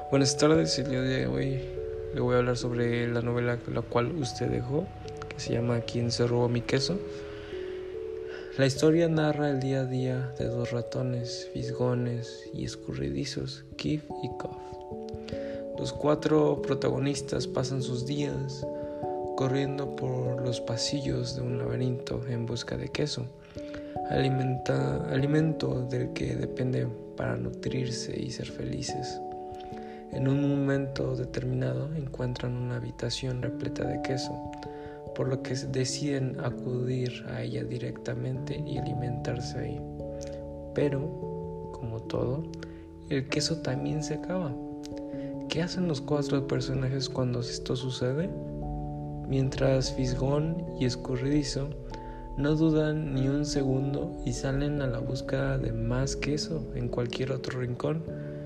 Buenas tardes, el día de hoy le voy a hablar sobre la novela la cual usted dejó, que se llama ¿Quién se robó mi queso? La historia narra el día a día de dos ratones, fisgones y escurridizos, Kif y Kof. Los cuatro protagonistas pasan sus días corriendo por los pasillos de un laberinto en busca de queso, alimento del que dependen para nutrirse y ser felices. En un momento determinado encuentran una habitación repleta de queso, por lo que deciden acudir a ella directamente y alimentarse ahí. Pero, como todo, el queso también se acaba. ¿Qué hacen los cuatro personajes cuando esto sucede? Mientras Fisgón y Escurridizo no dudan ni un segundo y salen a la búsqueda de más queso en cualquier otro rincón,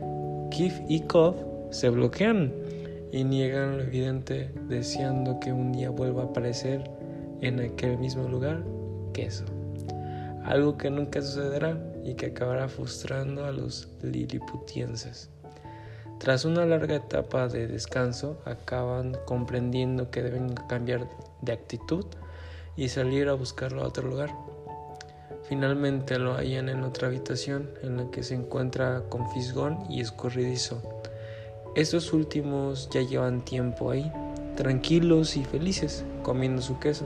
Kif y Kof se bloquean y niegan lo evidente, deseando que un día vuelva a aparecer en aquel mismo lugar queso, algo que nunca sucederá y que acabará frustrando a los liliputienses. Tras una larga etapa de descanso, acaban comprendiendo que deben cambiar de actitud y salir a buscarlo a otro lugar. Finalmente lo hallan en otra habitación en la que se encuentra con Fisgón y Escurridizo. Estos últimos ya llevan tiempo ahí, tranquilos y felices, comiendo su queso.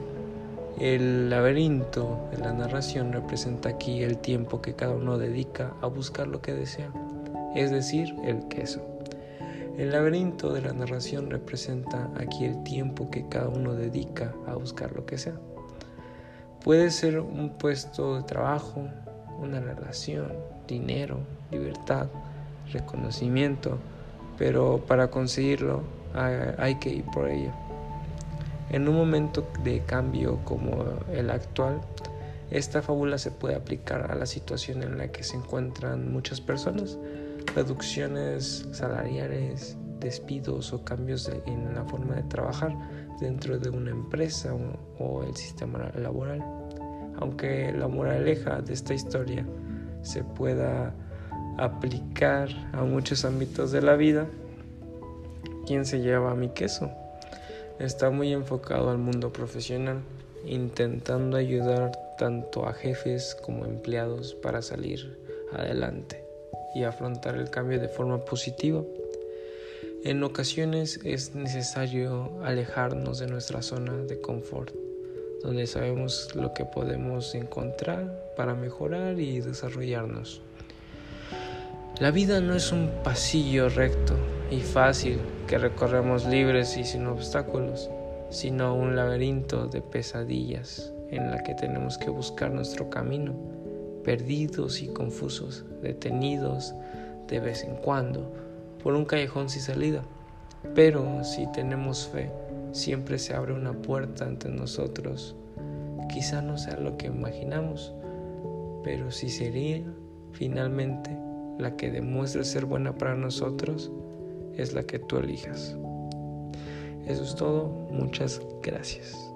El laberinto de la narración representa aquí el tiempo que cada uno dedica a buscar lo que desea, es decir, el queso. El laberinto de la narración representa aquí el tiempo que cada uno dedica a buscar lo que sea. Puede ser un puesto de trabajo, una relación, dinero, libertad, reconocimiento, pero para conseguirlo hay que ir por ello. En un momento de cambio como el actual, esta fábula se puede aplicar a la situación en la que se encuentran muchas personas: reducciones salariales, despidos o cambios en la forma de trabajar dentro de una empresa o el sistema laboral. Aunque la moraleja de esta historia se pueda aplicar a muchos ámbitos de la vida, ¿quién se lleva mi queso? Está muy enfocado al mundo profesional, intentando ayudar tanto a jefes como empleados para salir adelante y afrontar el cambio de forma positiva. En ocasiones es necesario alejarnos de nuestra zona de confort, donde sabemos lo que podemos encontrar para mejorar y desarrollarnos. La vida no es un pasillo recto y fácil que recorremos libres y sin obstáculos, sino un laberinto de pesadillas en la que tenemos que buscar nuestro camino, perdidos y confusos, detenidos de vez en cuando por un callejón sin salida. Pero si tenemos fe, siempre se abre una puerta ante nosotros. Quizá no sea lo que imaginamos, pero si sería finalmente la que demuestre ser buena para nosotros, es la que tú elijas. Eso es todo. Muchas gracias.